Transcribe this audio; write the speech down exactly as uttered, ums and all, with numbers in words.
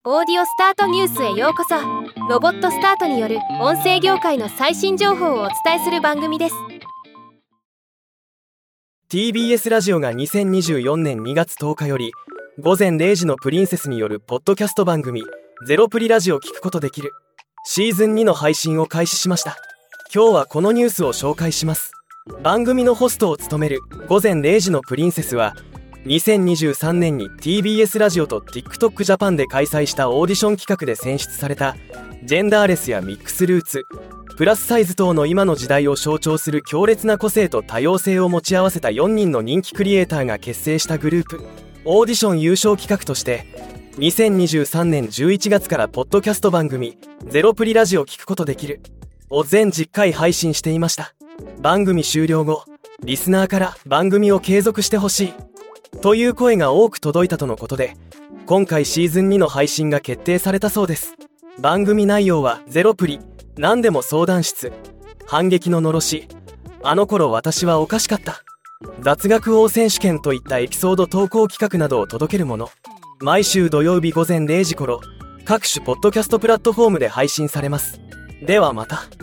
オーディオスタートニュースへようこそ。ロボットスタートによる音声業界の最新情報をお伝えする番組です。 ティービーエス ラジオがにせんにじゅうよねんにがつとおかよりごぜんれいじのプリンセスによるポッドキャスト番組ゼロプリラジオ聞くことできるシーズンにの配信を開始しました。今日はこのニュースを紹介します。番組のホストを務めるごぜんれいじのプリンセスはにせんにじゅうさんねんに ティービーエス ラジオと TikTok ジャパンで開催したオーディション企画で選出されたジェンダーレスやミックスルーツ、プラスサイズ等の今の時代を象徴する強烈な個性と多様性を持ち合わせたよにんの人気クリエイターが結成したグループ。オーディション優勝企画としてにせんにじゅうさんねんじゅういちがつからポッドキャスト番組ゼロプリラジオ聞くことできるを全じゅっかい配信していました。番組終了後、リスナーから番組を継続してほしいという声が多く届いたとのことで、今回シーズンにの配信が決定されたそうです。番組内容はゼロプリ、何でも相談室、反撃ののろし、あの頃私はおかしかった、雑学王選手権といったエピソード投稿企画などを届けるもの。毎週土曜日ごぜんれいじ頃、各種ポッドキャストプラットフォームで配信されます。ではまた。